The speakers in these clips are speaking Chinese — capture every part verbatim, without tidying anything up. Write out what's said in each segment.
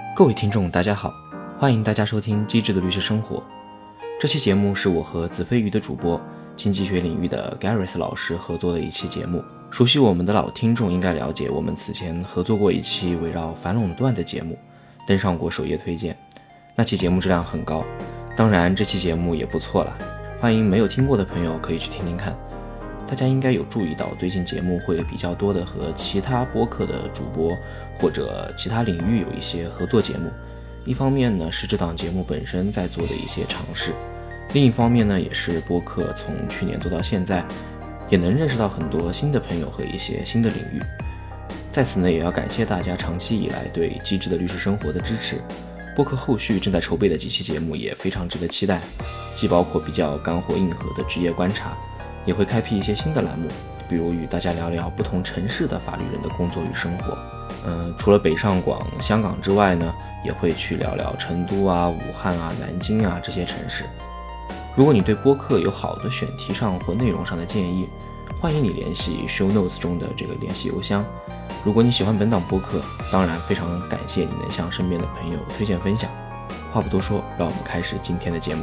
各位听众大家好，欢迎大家收听机智的律师生活。这期节目是我和子非鱼的主播经济学领域的 Gareth 老师合作的一期节目。熟悉我们的老听众应该了解，我们此前合作过一期围绕反垄断的节目，登上过首页推荐，那期节目质量很高，当然这期节目也不错啦，欢迎没有听过的朋友可以去听听看。大家应该有注意到，最近节目会比较多的和其他播客的主播或者其他领域有一些合作节目。一方面呢是这档节目本身在做的一些尝试，另一方面呢也是播客从去年做到现在，也能认识到很多新的朋友和一些新的领域。在此呢也要感谢大家长期以来对机智的律师生活的支持。播客后续正在筹备的几期节目也非常值得期待，既包括比较干货硬核的职业观察，也会开辟一些新的栏目，比如与大家聊聊不同城市的法律人的工作与生活。呃，除了北上广、香港之外呢，也会去聊聊成都啊、武汉啊、南京啊这些城市。如果你对播客有好的选题上或内容上的建议，欢迎你联系 show notes 中的这个联系邮箱。如果你喜欢本档播客，当然非常感谢你能向身边的朋友推荐分享。话不多说，让我们开始今天的节目。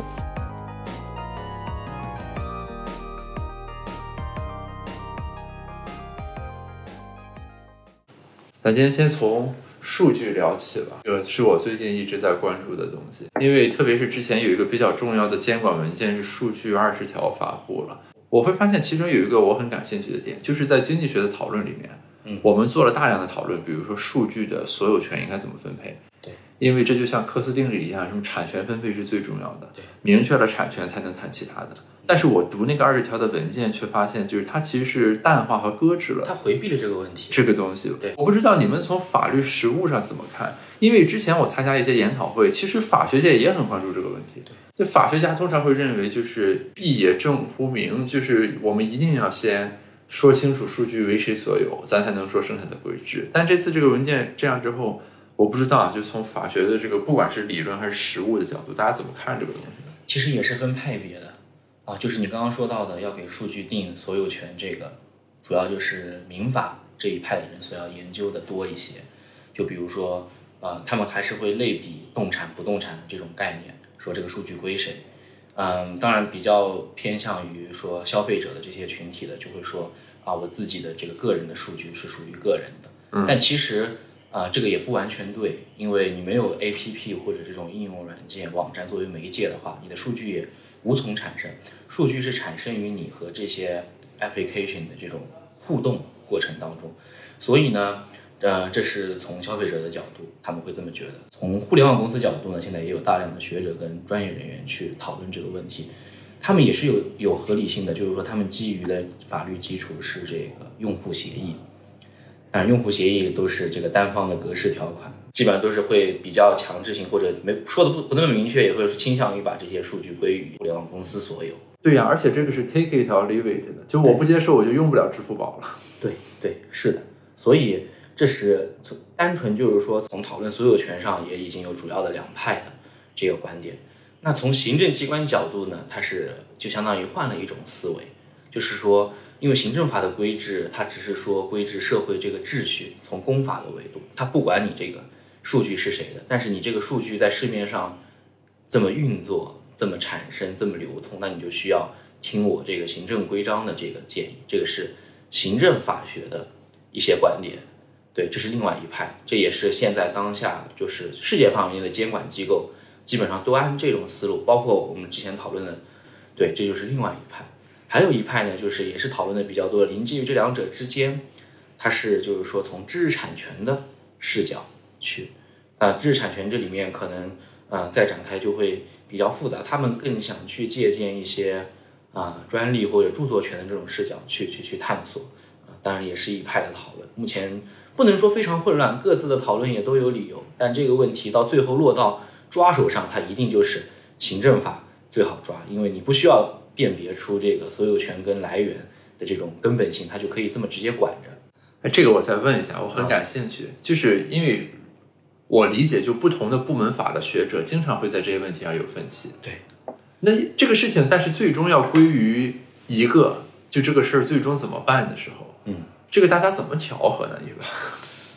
咱今天先从数据聊起吧，这个是我最近一直在关注的东西，因为特别是之前有一个比较重要的监管文件是数据二十条发布了，我会发现其中有一个我很感兴趣的点，就是在经济学的讨论里面，嗯，我们做了大量的讨论，比如说数据的所有权应该怎么分配，对，因为这就像科斯定理一样，什么产权分配是最重要的，对，明确了产权才能谈其他的。但是我读那个二十条的文件却发现，就是它其实是淡化和搁置了， 它回避了这个问题， 这个东西。 对， 我不知道你们从法律实务上怎么看，因为之前我参加一些研讨会，其实法学界也很关注这个问题。对，就法学家通常会认为，就是必也正乎明，就是我们一定要先说清楚数据为谁所有，咱才能说生产的规制。但这次这个文件这样之后，我不知道，就从法学的这个不管是理论还是实务的角度，大家怎么看这个东西？ 其实也是分派别的。啊，就是你刚刚说到的要给数据定所有权，这个主要就是民法这一派的人所要研究的多一些。就比如说，呃，他们还是会类比动产、不动产这种概念，说这个数据归谁。嗯，当然比较偏向于说消费者的这些群体的，就会说啊，我自己的这个个人的数据是属于个人的。嗯，但其实啊，这个也不完全对，因为你没有 A P P 或者这种应用软件、网站作为媒介的话，你的数据也无从产生，数据是产生于你和这些 application 的这种互动过程当中，所以呢，呃，这是从消费者的角度，他们会这么觉得。从互联网公司角度呢，现在也有大量的学者跟专业人员去讨论这个问题，他们也是有有合理性的，就是说他们基于的法律基础是这个用户协议，当然用户协议都是这个单方的格式条款。基本上都是会比较强制性，或者没说的不不那么明确，也会倾向于把这些数据归于互联网公司所有。 对呀、啊，而且这个是 take it or leave it 的，就我不接受我就用不了支付宝了。 对对，是的。所以这是单纯就是说从讨论所有权上也已经有主要的两派的这个观点。那从行政机关角度呢，它是就相当于换了一种思维，就是说因为行政法的规制，它只是说规制社会这个秩序，从公法的维度，它不管你这个数据是谁的，但是你这个数据在市面上这么运作、这么产生、这么流通，那你就需要听我这个行政规章的这个建议，这个是行政法学的一些观点。对，这是另外一派，这也是现在当下就是世界范围内的监管机构基本上都按这种思路，包括我们之前讨论的，对，这就是另外一派。还有一派呢，就是也是讨论的比较多，临近于这两者之间，它是就是说从知识产权的视角去，啊、呃，知识产权这里面可能呃再展开就会比较复杂，他们更想去借鉴一些啊、呃、专利或者著作权的这种视角去去去探索，啊、呃，当然也是一派的讨论。目前不能说非常混乱，各自的讨论也都有理由，但这个问题到最后落到抓手上，它一定就是行政法最好抓，因为你不需要辨别出这个所有权跟来源的这种根本性，它就可以这么直接管着。 哎，这个我再问一下，我很感兴趣，就是因为我理解，就不同的部门法的学者经常会在这些问题上有分歧。 对， 那这个事情，但是最终要归于一个，就这个事儿最终怎么办的时候，嗯，这个大家怎么调和呢？一般，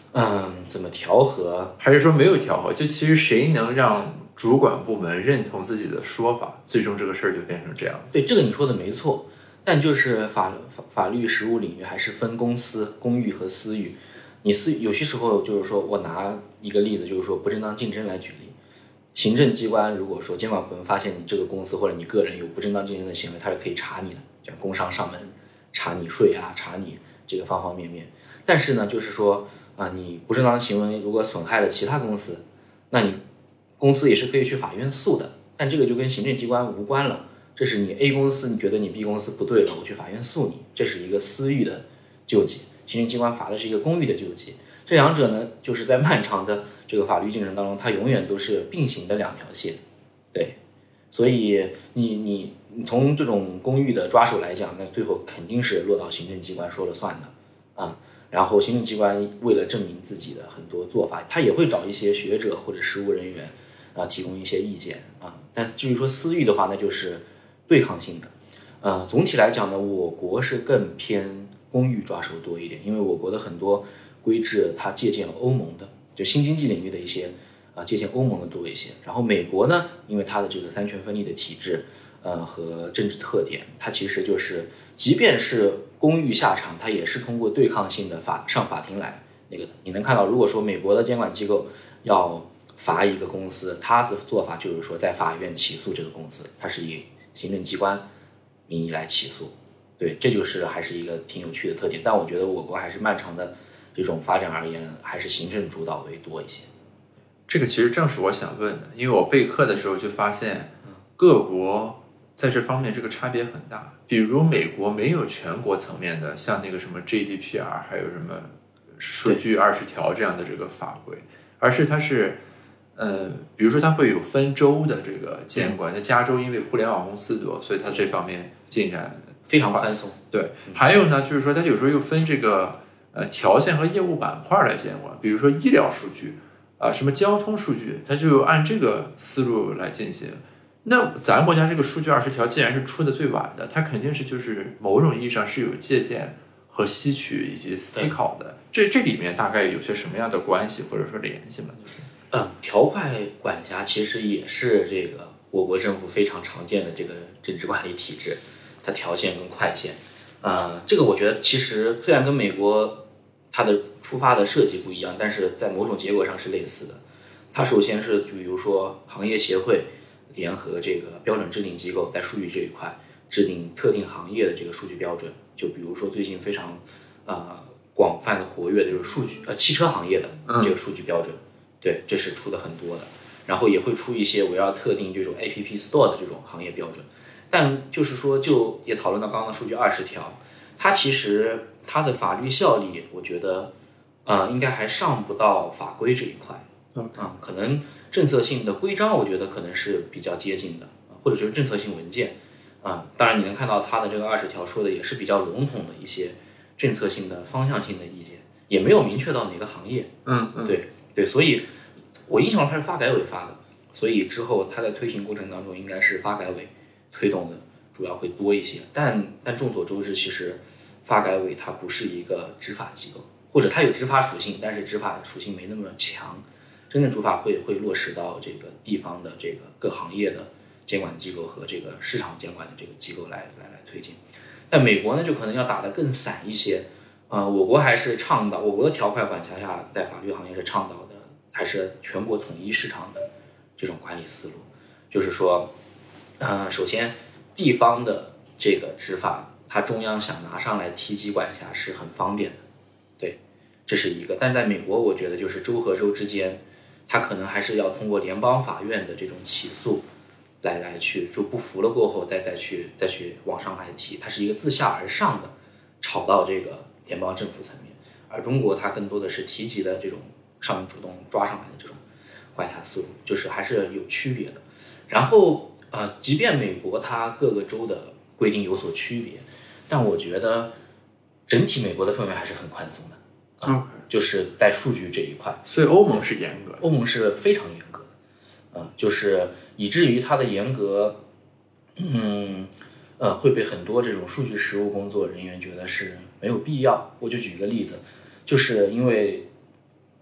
嗯，怎么调和？ 还是说没有调和？就其实谁能让主管部门认同自己的说法，最终这个事儿就变成这样。 对，这个你说的没错，但就是法法法律实务领域还是分公司、公寓和私域。你私有些时候就是说我拿一个例子，就是说不正当竞争来举例。行政机关如果说监管部门发现你这个公司或者你个人有不正当竞争的行为，它是可以查你的，像工商上门查你税啊，查你这个方方面面。但是呢，就是说啊，你不正当行为如果损害了其他公司，那你公司也是可以去法院诉的。但这个就跟行政机关无关了，这是你 A 公司你觉得你 B 公司不对了，我去法院诉你，这是一个私域的救济，行政机关罚的是一个公域的救济。这两者呢，就是在漫长的这个法律进程当中，它永远都是并行的两条线。对，所以你你你从这种公域的抓手来讲，那最后肯定是落到行政机关说了算的啊。然后行政机关为了证明自己的很多做法，他也会找一些学者或者实务人员啊提供一些意见啊。但至于说私域的话，那就是对抗性的。呃，总体来讲呢，我国是更偏公域抓手多一点，因为我国的很多规制它借鉴了欧盟的，就新经济领域的一些啊借鉴欧盟的多一些。然后美国呢，因为它的这个三权分立的体制，呃和政治特点，它其实就是即便是公域下场，它也是通过对抗性的法上法庭来那个的。你能看到，如果说美国的监管机构要罚一个公司，它的做法就是说在法院起诉这个公司，它是以行政机关名义来起诉。对，这就是还是一个挺有趣的特点。但我觉得我国还是漫长的这种发展而言，还是行政主导为多一些。 这个其实正是我想问的，因为我备课的时候就发现，各国在这方面这个差别很大。比如美国没有全国层面的，像那个什么 G D P R， 还有什么数据二十条这样的这个法规，而是它是，呃，比如说它会有分州的这个监管。那加州因为互联网公司多，所以它这方面进展非常宽松。 对，还有呢，就是说它有时候又分这个呃条线和业务板块来监管，比如说医疗数据啊、呃，什么交通数据，它就按这个思路来进行。那咱国家这个数据二十条既然是出的最晚的，它肯定是就是某种意义上是有借鉴和吸取以及思考的。这这里面大概有些什么样的关系或者说联系吗？就是嗯，条块管辖其实也是这个我国政府非常常见的这个政治管理体制，它条线跟快线。呃，这个我觉得其实虽然跟美国它的出发的设计不一样，但是在某种结果上是类似的。它首先是比如说行业协会联合这个标准制定机构在数据这一块制定特定行业的这个数据标准，就比如说最近非常呃广泛的活跃的就是数据呃汽车行业的这个数据标准，嗯、对，这是出的很多的。然后也会出一些围绕特定这种 A P P Store 的这种行业标准。但就是说，就也讨论到刚刚数据二十条，它其实它的法律效力，我觉得，呃，应该还上不到法规这一块。啊、嗯，可能政策性的规章，我觉得可能是比较接近的，或者就是政策性文件。啊、嗯，当然你能看到它的这个二十条说的也是比较笼统的一些政策性的、方向性的意见，也没有明确到哪个行业。 嗯嗯， 对对，所以我印象中它是发改委发的，所以之后它在推行过程当中应该是发改委推动的主要会多一些。但但众所周知，其实发改委它不是一个执法机构，或者它有执法属性，但是执法属性没那么强。真正执法会会落实到这个地方的这个各行业的监管机构和这个市场监管的这个机构来来来推进。但美国呢，就可能要打得更散一些。呃，我国还是倡导，我国的条块管辖下，在法律行业是倡导的，还是全国统一市场的这种管理思路。就是说，呃，首先地方的这个执法，它中央想拿上来提及管辖是很方便的，对，这是一个。但在美国，我觉得就是州和州之间，它可能还是要通过联邦法院的这种起诉来来去，就不服了过后再再去再去往上来提，它是一个自下而上的吵到这个联邦政府层面。而中国它更多的是提及的这种上面主动抓上来的这种管辖思路，就是还是有区别的。然后呃，即便美国它各个州的规定有所区别，但我觉得整体美国的氛围还是很宽松的。 嗯、 呃，就是在数据这一块， 所以欧盟是严格的， 欧盟是非常严格的，呃，就是以至于它的严格，嗯，呃，会被很多这种数据实务工作人员觉得是没有必要。我就举一个例子，就是因为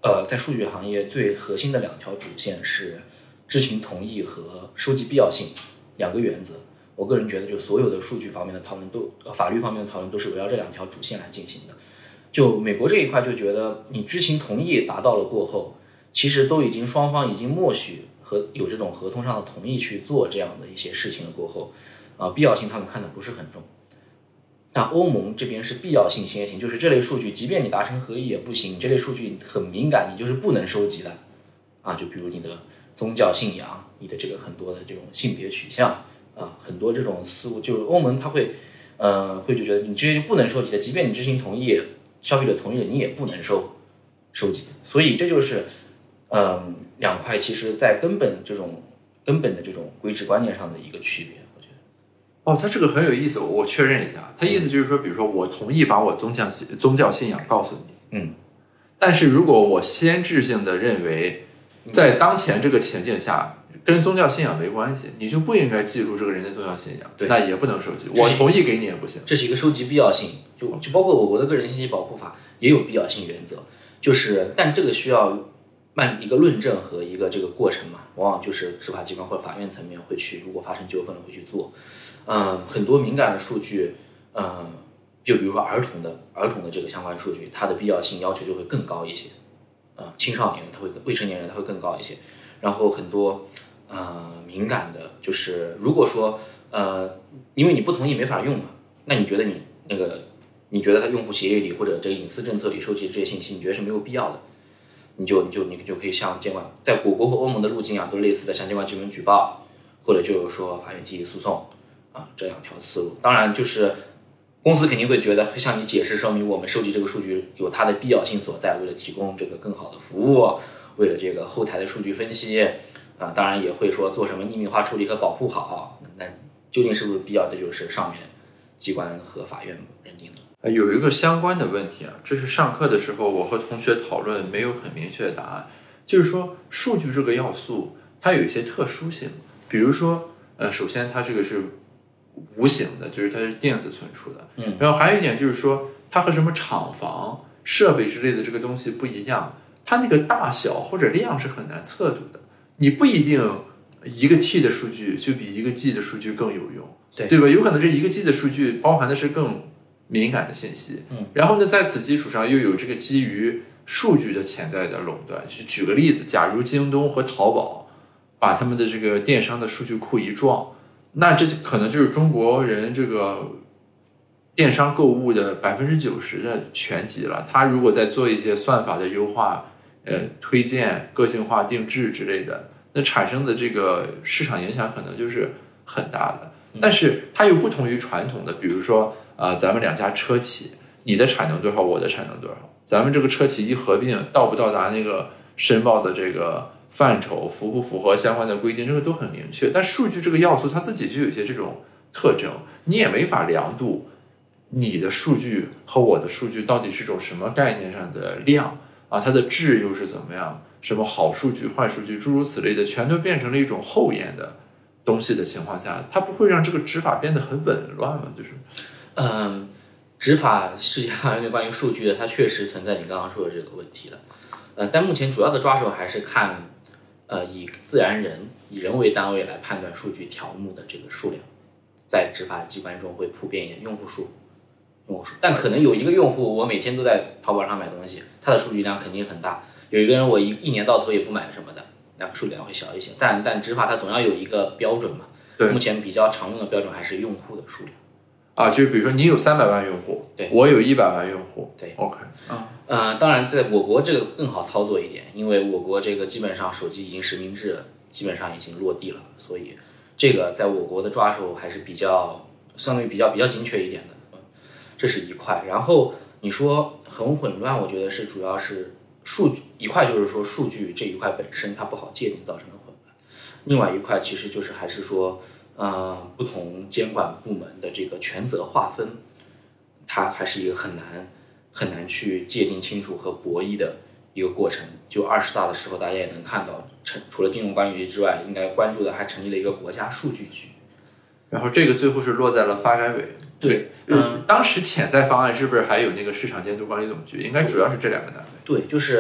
呃，在数据行业最核心的两条主线是知情同意和收集必要性两个原则。我个人觉得，就所有的数据方面的讨论都，呃，法律方面的讨论都是围绕这两条主线来进行的。就美国这一块就觉得，你知情同意达到了过后，其实都已经双方已经默许和有这种合同上的同意去做这样的一些事情了过后，啊、呃，必要性他们看的不是很重。但欧盟这边是必要性先行，就是这类数据，即便你达成合意也不行，这类数据很敏感，你就是不能收集的，啊，就比如你的宗教信仰，你的这个很多的这种性别取向，啊，很多这种思路，就是欧盟它会，呃，会就觉得你这些不能收集的，即便你知情同意，消费者同意了，你也不能收收集，所以这就是，嗯、呃，两块其实在根本这种根本的这种规制观念上的一个区别。 哦，他这个很有意思，我确认一下，他意思就是说，比如说我同意把我宗教宗教信仰告诉你， 嗯， 但是如果我先制性的认为，在当前这个情境下，跟宗教信仰没关系，你就不应该记录这个人的宗教信仰， 对， 那也不能收集，我同意给你也不行。 这是一个收集必要性，就就包括我国的个人信息保护法也有必要性原则，就是但这个需要慢一个论证和一个这个过程嘛，往往就是执法机关或者法院层面会去，如果发生纠纷了会去做。嗯，很多敏感的数据，嗯，就比如说儿童的儿童的这个相关数据，它的必要性要求就会更高一些，呃，青少年他会未成年人他会更高一些。然后很多呃敏感的，就是如果说呃，因为你不同意没法用嘛，那你觉得你那个你觉得它用户协议里或者这个隐私政策里收集这些信息，你觉得是没有必要的，你就你就你就可以向监管，在我国和欧盟的路径啊都类似的，向监管机关举报，或者就是说法院提起诉讼。啊，这两条思路，当然就是公司肯定会觉得会向你解释说明我们收集这个数据有它的必要性所在，为了提供这个更好的服务，为了这个后台的数据分析啊，当然也会说做什么匿名化处理和保护好，那究竟是不是必要的，就是上面机关和法院认定的。 有一个相关的问题啊，这是上课的时候我和同学讨论没有很明确的答案，就是说数据这个要素它有一些特殊性，比如说呃，首先它这个是无形的，就是它是电子存储的， 嗯， 然后还有一点就是说，它和什么厂房、设备之类的这个东西不一样，它那个大小或者量是很难测度的，你不一定一个 T 的数据就比一个 G 的数据更有用， 对对吧？有可能这一个 G 的数据包含的是更敏感的信息， 嗯， 然后呢，在此基础上又有这个基于数据的潜在的垄断。就举个例子，假如京东和淘宝把他们的这个电商的数据库一撞，那这可能就是中国人这个电商购物的百分之九十的全集了。他如果再做一些算法的优化、呃推荐、个性化定制之类的，那产生的这个市场影响可能就是很大的。但是它又不同于传统的，比如说啊、呃，咱们两家车企，你的产能多少，我的产能多少，咱们这个车企一合并，到不到达那个申报的这个范畴，符不符合相关的规定，这个都很明确。但数据这个要素它自己就有一些这种特征，你也没法量度你的数据和我的数据到底是种什么概念上的量啊，它的质又是怎么样，什么好数据坏数据诸如此类的，全都变成了一种后验的东西的情况下，它不会让这个执法变得很紊乱吗？就是嗯，执法世界上面关于数据的，它确实存在你刚刚说的这个问题了。呃，但目前主要的抓手还是看，呃，以自然人以人为单位来判断数据条目的这个数量，在执法机关中会普遍一点，用户数，用户数。但可能有一个用户，我每天都在淘宝上买东西，他的数据量肯定很大；有一个人，我一一年到头也不买什么的，那数量会小一些。但但执法它总要有一个标准嘛。 对， 目前比较常用的标准还是用户的数量。 啊，就比如说你有三百万用户， 对， 我有一百万用户， 对 ，OK， 啊， 呃，当然，在我国这个更好操作一点，因为我国这个基本上手机已经实名制，基本上已经落地了，所以这个在我国的抓手还是比较相对于比较比较精确一点的，嗯，这是一块。然后你说很混乱，我觉得是主要是数据一块，就是说数据这一块本身它不好界定造成的混乱，另外一块其实就是还是说。呃，不同监管部门的这个权责划分，它还是一个很难很难去界定清楚和博弈的一个过程。就二十大的时候，大家也能看到，成除了金融管理局之外，应该关注的还成立了一个国家数据局。 然后这个最后是落在了发改委。 对， 嗯，当时潜在方案是不是还有那个市场监督管理总局？应该主要是这两个单位。 对，就是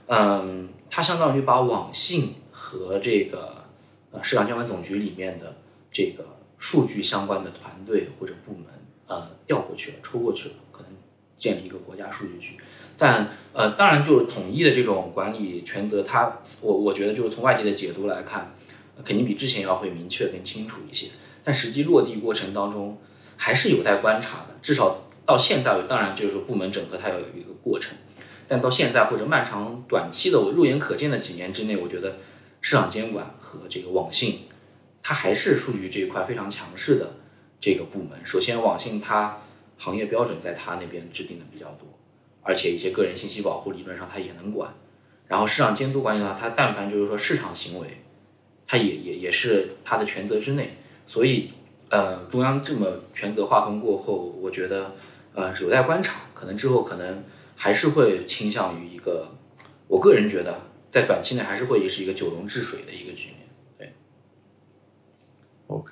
嗯，它相当于把网信和这个呃市场监管总局里面的这个数据相关的团队或者部门呃调过去了，抽过去了，可能建立一个国家数据局。但呃，当然就是统一的这种管理权责，它我我觉得就是从外界的解读来看，肯定比之前要会明确更清楚一些。但实际落地过程当中还是有待观察的，至少到现在，当然就是说部门整合它要有一个过程，但到现在或者漫长短期的我肉眼可见的几年之内，我觉得市场监管和这个网信，它还是数据这一块非常强势的这个部门。首先，网信它行业标准在它那边制定的比较多，而且一些个人信息保护理论上它也能管。然后市场监督管理的话，它但凡就是说市场行为，它也也也是它的权责之内。所以，呃，中央这么权责划分过后，我觉得呃有待观察，可能之后可能还是会倾向于一个，我个人觉得在短期内还是会是一个九龙治水的一个局面。对 ，OK，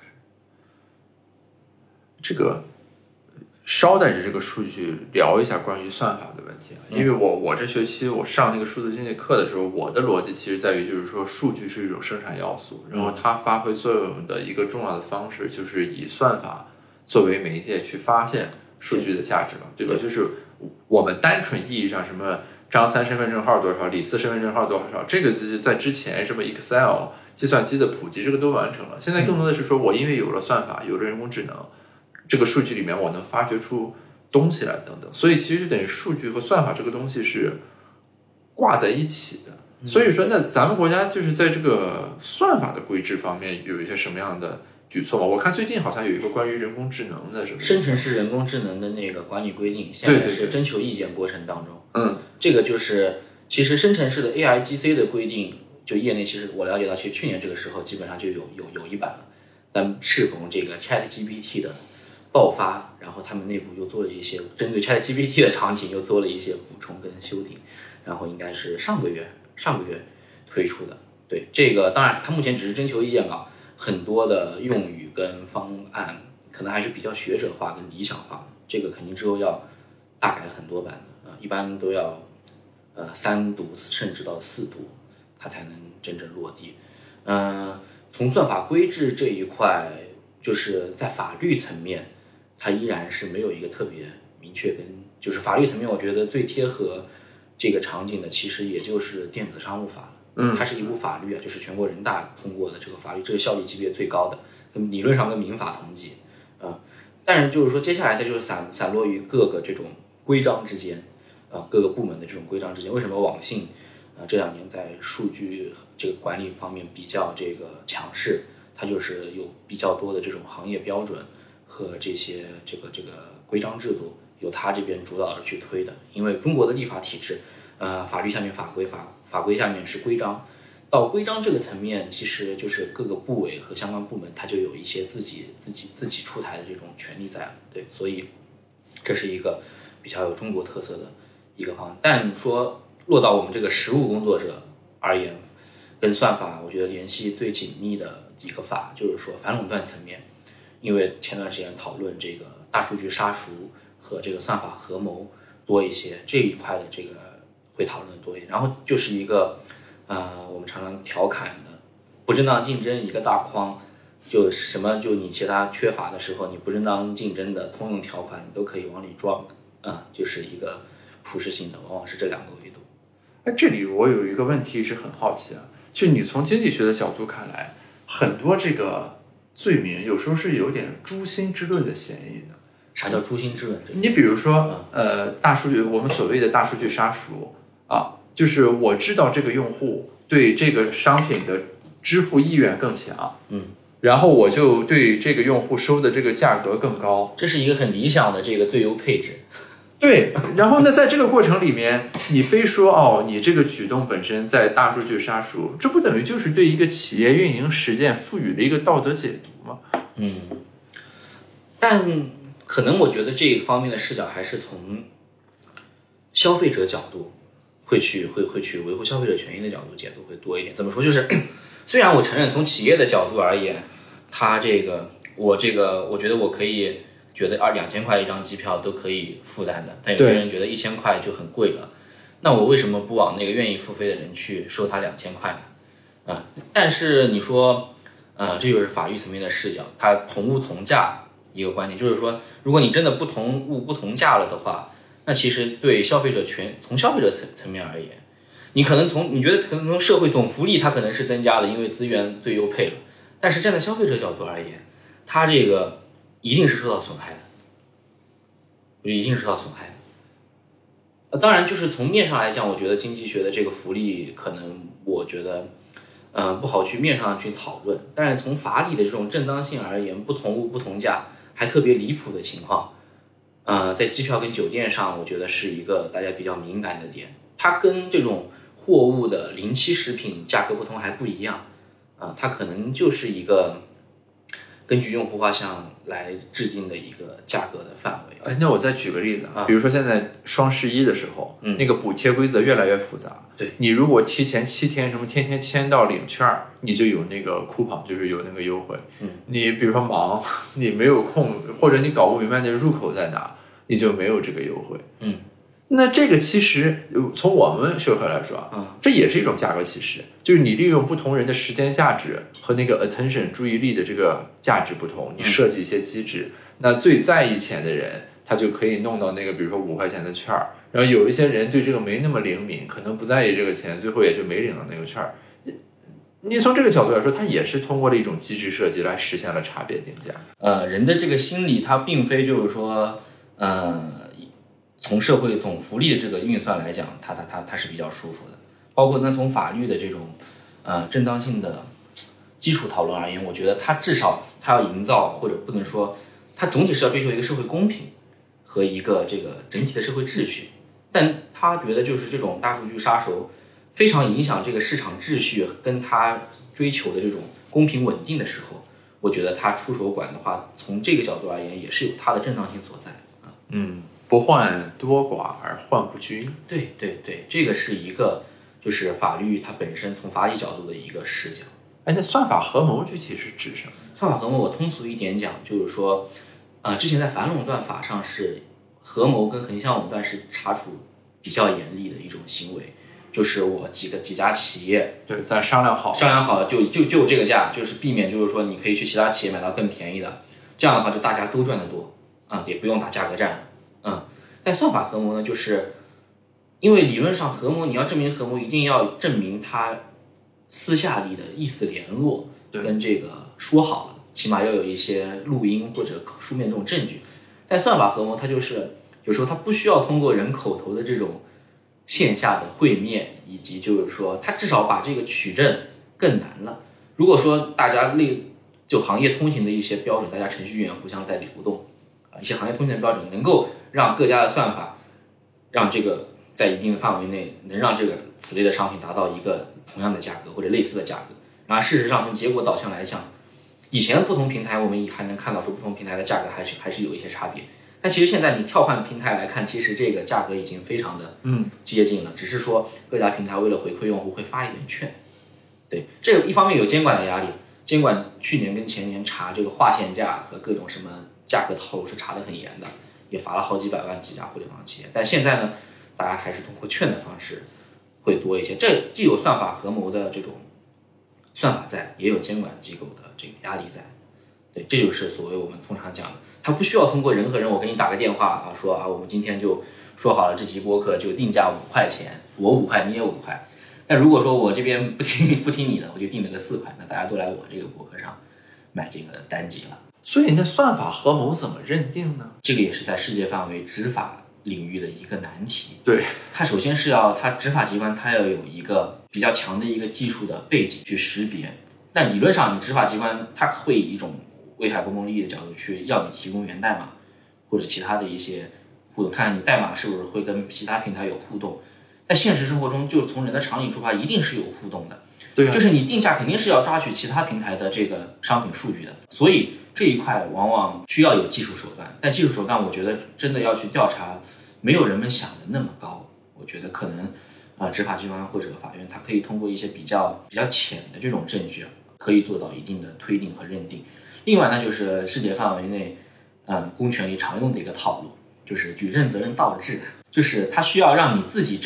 这个捎带着这个数据聊一下关于算法的问题啊，因为我我这学期我上那个数字经济课的时候，我的逻辑其实在于就是说数据是一种生产要素，然后它发挥作用的一个重要的方式就是以算法作为媒介去发现数据的价值嘛，对吧？就是我们单纯意义上什么张三身份证号多少，李四身份证号多少，这个就是在之前什么 Excel 计算机的普及，这个都完成了。现在更多的是说我因为有了算法，有了人工智能，这个数据里面我能发掘出东西来等等，所以其实就等于数据和算法这个东西是挂在一起的。所以说，那咱们国家就是在这个算法的规制方面有一些什么样的举措吗？我看最近好像有一个关于人工智能的什么生成式人工智能的那个管理规定，现在是征求意见过程当中。 嗯， 这个就是其实生成式的 A I G C 的规定，就业内其实我了解到，其实去年这个时候基本上就有有有一版了，但适逢这个 Chat G P T 的爆发，然后他们内部又做了一些针对 Chat G P T 的场景又做了一些补充跟修订，然后应该是上个月上个月推出的。对，这个当然它目前只是征求意见稿，很多的用语跟方案可能还是比较学者化跟理想化的，这个肯定之后要大改很多版的啊、呃，一般都要呃三读甚至到四读，它才能真正落地。嗯、呃，从算法规制这一块，就是在法律层面，它依然是没有一个特别明确跟，就是法律层面，我觉得最贴合这个场景的，其实也就是电子商务法了。嗯，它是一部法律啊，就是全国人大通过的这个法律，这个效力级别最高的，跟理论上跟民法同级。呃，但是就是说，接下来的就是散散落于各个这种规章之间，呃，各个部门的这种规章之间。为什么网信呃这两年在数据这个管理方面比较这个强势？它就是有比较多的这种行业标准和这些这个这个规章制度由它这边主导而去推的。因为中国的立法体制，呃，法律下面法规，法法规下面是规章，到规章这个层面，其实就是各个部委和相关部门，它就有一些自己自己自己出台的这种权利在了。对，所以这是一个比较有中国特色的一个方案。但说落到我们这个实务工作者而言，跟算法我觉得联系最紧密的几个法就是说反垄断层面，因为前段时间讨论这个大数据杀熟和这个算法合谋多一些，这一块的这个会讨论多一点。然后就是一个呃我们常常调侃的不正当竞争一个大框，就什么就你其他缺乏的时候，你不正当竞争的通用条款你都可以往里装啊、呃，就是一个普适性的，往往是这两个维度。 那这里我有一个问题是很好奇啊，就你从经济学的角度看来，很多这个罪名有时候是有点诛心之论的嫌疑的。 啥叫诛心之论？ 你比如说，呃，大数据，我们所谓的大数据杀熟啊，就是我知道这个用户对这个商品的支付意愿更强， 嗯， 然后我就对这个用户收的这个价格更高， 这是一个很理想的这个最优配置。 对，然后呢，在这个过程里面，你非说哦，你这个举动本身在大数据杀熟，这不等于就是对一个企业运营实践赋予了一个道德解读吗？ 嗯，但可能我觉得这一方面的视角还是从消费者角度会去会会去维护消费者权益的角度解读会多一点。怎么说？就是虽然我承认从企业的角度而言，它这个我这个我觉得我可以。觉得二两千块一张机票都可以负担的，但有些人觉得一千块就很贵了。 那我为什么不往那个愿意付费的人去收他两千块呢？啊，但是你说，呃，这就是法律层面的视角，它同物同价一个观点，就是说，如果你真的不同物不同价了的话，那其实对消费者权，从消费者层层面而言，你可能从你觉得可能从社会总福利它可能是增加的，因为资源最优配了，但是站在消费者角度而言，它这个一定是受到损害的，一定是受到损害的。呃，当然就是从面上来讲，我觉得经济学的这个福利可能我觉得呃不好去面上去讨论，但是从法理的这种正当性而言，不同物不同价还特别离谱的情况，呃在机票跟酒店上我觉得是一个大家比较敏感的点，它跟这种货物的临期食品价格不同还不一样啊、呃，它可能就是一个根据用户画像来制定的一个价格的范围。 哎，那我再举个例子啊， 比如说现在双十一的时候， 嗯， 那个补贴规则越来越复杂。 对， 你如果提前七天什么天天签到领券，你就有那个 coupon， 就是有那个优惠。 嗯， 你比如说忙，你没有空，或者你搞不明白那入口在哪，你就没有这个优惠。 嗯。 那这个其实从我们社会来说啊， 嗯， 这也是一种价格歧视，就是你利用不同人的时间价值和那个 attention 注意力的这个价值不同，你设计一些机制，那最在意钱的人他就可以弄到那个比如说五块钱的券，然后有一些人对这个没那么灵敏，可能不在意这个钱，最后也就没领到那个券。你从这个角度来说，它也是通过了一种机制设计来实现了差别定价。 呃，人的这个心理，它并非就是说，呃。从社会总福利的这个运算来讲，它它它它是比较舒服的。包括呢，从法律的这种呃正当性的基础讨论而言，我觉得它至少它要营造，或者不能说它总体是要追求一个社会公平和一个这个整体的社会秩序。但他觉得就是这种大数据杀手非常影响这个市场秩序，跟他追求的这种公平稳定的时候，我觉得他出手管的话，从这个角度而言，也是有它的正当性所在啊。 嗯。不患多寡而患不均。 对对对，这个是一个就是法律它本身从法理角度的一个视角。 哎，那算法合谋具体是指什么？ 算法合谋我通俗一点讲，就是说，呃，之前在反垄断法上是合谋跟横向垄断是查处比较严厉的一种行为，就是我几个几家企业对，咱商量好， 商量好就就就这个价，就是避免就是说你可以去其他企业买到更便宜的，这样的话就大家都赚得多啊、嗯，也不用打价格战了。嗯，但算法合谋呢，就是因为理论上合谋，你要证明合谋，一定要证明他私下里的意思联络跟这个说好了，起码要有一些录音或者书面这种证据。但算法合谋，它就是有时候它不需要通过人口头的这种线下的会面，以及就是说，它至少把这个取证更难了。如果说大家类就行业通行的一些标准，大家程序员互相在流动啊，一些行业通行的标准能够让各家的算法，让这个在一定的范围内能让这个此类的商品达到一个同样的价格或者类似的价格。然后事实上从结果导向来讲，以前不同平台我们还能看到说不同平台的价格还是还是有一些差别，但其实现在你跳换平台来看，其实这个价格已经非常的嗯接近了，只是说各家平台为了回馈用户会发一点券。对，这个一方面有监管的压力，监管去年跟前年查这个划线价和各种什么价格套路是查得很严的，也罚了好几百万几家互联网企业。但现在呢，大家还是通过券的方式会多一些，这既有算法合谋的这种算法在，也有监管机构的这个压力在。对，这就是所谓我们通常讲的，它不需要通过人和人，我给你打个电话啊，说啊，我们今天就说好了，这期播客就定价五块钱，我五块，你也五块。但如果说我这边不听不听你的，我就定了个四块，那大家都来我这个播客上买这个单集了。 所以那算法合谋怎么认定呢？ 这个也是在世界范围执法领域的一个难题。 对， 它首先是要它执法机关它要有一个比较强的一个技术的背景去识别。但理论上，你执法机关它会以一种危害公共利益的角度去要你提供源代码或者其他的一些互动，看你代码是不是会跟其他平台有互动。但现实生活中，就是从人的常理出发，一定是有互动的。 对啊， 就是你定价肯定是要抓取其他平台的这个商品数据的，所以这一块往往需要有技术手段。但技术手段，我觉得真的要去调查，没有人们想的那么高。我觉得可能，呃，执法机关或者法院，它可以通过一些比较比较浅的这种证据，可以做到一定的推定和认定。另外呢，就是世界范围内，嗯，公权力常用的一个套路，就是举证责任倒置，就是它需要让你自己证明你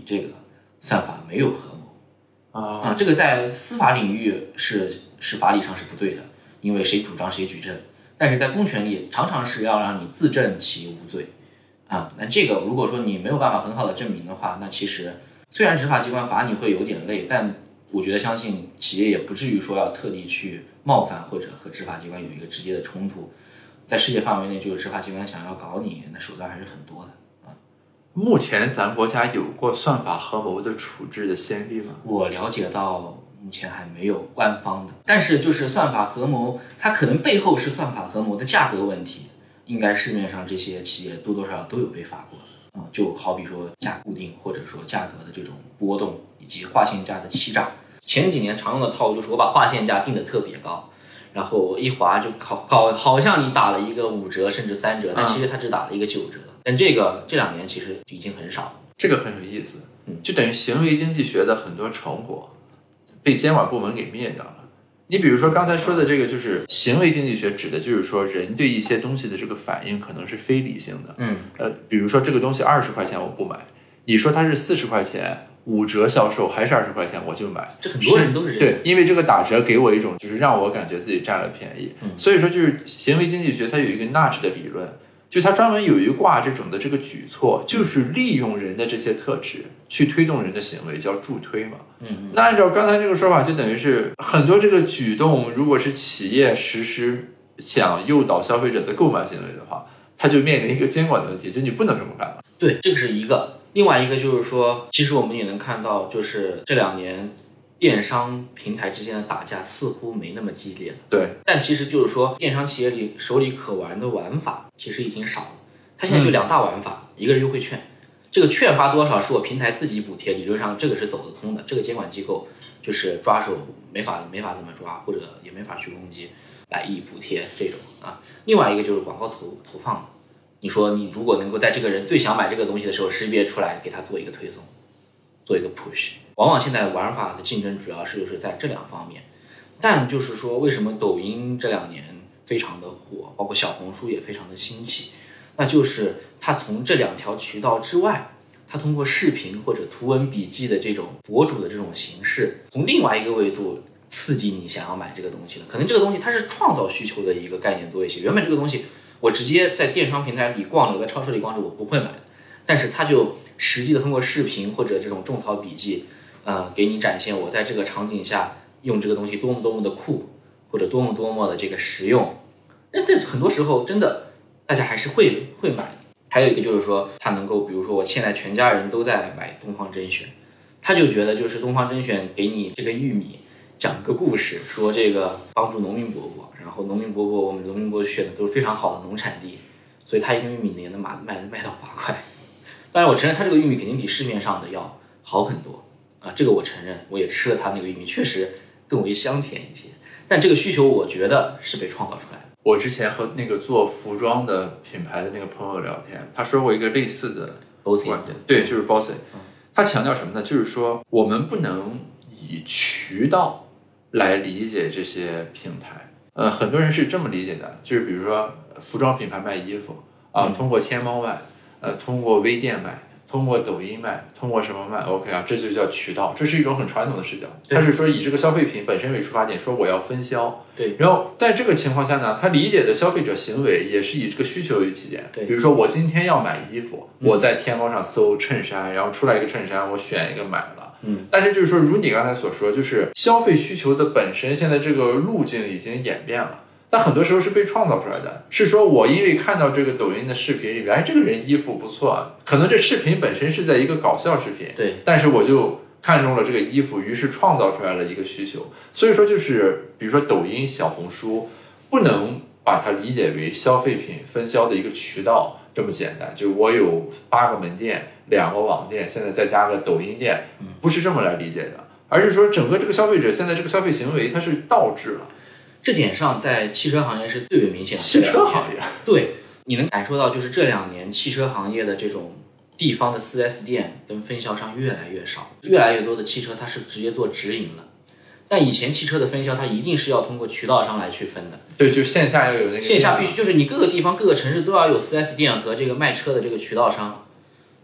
这个算法没有合谋啊、 啊，这个在司法领域是是法理上是不对的，因为谁主张谁举证，但是在公权力常常是要让你自证其无罪啊。那这个如果说你没有办法很好的证明的话，那其实虽然执法机关罚你会有点累，但我觉得相信企业也不至于说要特地去冒犯或者和执法机关有一个直接的冲突。在世界范围内，就是执法机关想要搞你，那手段还是很多的。 目前咱国家有过算法合谋的处置的先例吗？ 我了解到目前还没有官方的，但是就是算法合谋，它可能背后是算法合谋的价格问题，应该市面上这些企业多多少少都有被罚过。嗯，就好比说价固定或者说价格的这种波动，以及划线价的欺诈。前几年常用的套路就是我把划线价定得特别高，然后一划就搞搞好像你打了一个五折甚至三折，但其实它只打了一个九折。但这个这两年其实已经很少了。 这个很有意思，就等于行为经济学的很多成果被监管部门给灭掉了。你比如说刚才说的这个，就是行为经济学指的就是说人对一些东西的这个反应可能是非理性的。 嗯， 呃，比如说这个东西二十块钱我不买，你说它是四十块钱五折销售还是二十块钱我就买， 这很多人都是这样。 对，因为这个打折给我一种就是让我感觉自己占了便宜。 嗯， 所以说就是行为经济学它有一个 nudge 的理论。就它专门有一挂这种的这个举措，就是利用人的这些特质去推动人的行为，叫助推嘛。 嗯， 那按照刚才这个说法，就等于是很多这个举动，如果是企业实施想诱导消费者的购买行为的话，它就面临一个监管的问题，就你不能这么干了。 对，这个是一个。另外一个就是说，其实我们也能看到，就是这两年电商平台之间的打架似乎没那么激烈了。 对， 但其实就是说，电商企业里手里可玩的玩法其实已经少了。它现在就两大玩法，嗯、一个是优惠券，这个券发多少是我平台自己补贴，理论上这个是走得通的，这个监管机构就是抓手没法没法这么抓，或者也没法去攻击百亿补贴这种啊。另外一个就是广告投投放，你说你如果能够在这个人最想买这个东西的时候识别出来，给他做一个推送，做一个 push。往往现在玩法的竞争主要是就是在这两方面，但就是说为什么抖音这两年非常的火，包括小红书也非常的兴起，那就是它从这两条渠道之外，它通过视频或者图文笔记的这种博主的这种形式，从另外一个维度刺激你想要买这个东西的。可能这个东西它是创造需求的一个概念多一些，原本这个东西我直接在电商平台里逛着，在超市里逛着我不会买的，但是它就实际的通过视频或者这种种草笔记呃，给你展现我在这个场景下用这个东西多么多么的酷，或者多么多么的这个实用。但这很多时候真的大家还是会会买的。还有一个就是说，它能够，比如说我现在全家人都在买东方甄选，他就觉得就是东方甄选给你这个玉米讲个故事，说这个帮助农民伯伯，然后农民伯伯我们农民伯伯选的都是非常好的农产地，所以他一根玉米也能卖卖卖到八块。当然我承认他这个玉米肯定比市面上的要好很多。啊，这个我承认，我也吃了它那个玉米，确实更为香甜一些。但这个需求，我觉得是被创造出来的。 我之前和那个做服装的品牌的那个朋友聊天，他说过一个类似的观点，对，就是 Bossy。他强调什么呢？就是说我们不能以渠道来理解这些平台。呃，很多人是这么理解的，就是比如说服装品牌卖衣服啊、呃，通过天猫卖，呃，通过微店卖。通过抖音卖，通过什么卖 OK 啊，这就叫渠道，这是一种很传统的视角。他是说以这个消费品本身为出发点，说我要分销。 对。 然后在这个情况下呢，他理解的消费者行为也是以这个需求为起点。 对。 比如说我今天要买衣服，嗯、我在天猫上搜衬衫，然后出来一个衬衫，我选一个买了。 嗯。 但是就是说，如你刚才所说，就是消费需求的本身，现在这个路径已经演变了。但很多时候是被创造出来的，是说我因为看到这个抖音的视频里面，哎，这个人衣服不错，可能这视频本身是在一个搞笑视频， 对， 但是我就看中了这个衣服，于是创造出来了一个需求。所以说就是比如说抖音、小红书，不能把它理解为消费品分销的一个渠道这么简单，就我有八个门店，两个网店，现在再加个抖音店，不是这么来理解的，而是说整个这个消费者现在这个消费行为它是倒置了。 这点上，在汽车行业是最为明显的。 汽车行业， 对，你能感受到，就是这两年汽车行业的这种地方的 四 S 店跟分销商越来越少，越来越多的汽车它是直接做直营了。但以前汽车的分销，它一定是要通过渠道商来去分的。 对，就线下要有那个。 线下必须就是你各个地方各个城市都要有 四 S 店和这个卖车的这个渠道商。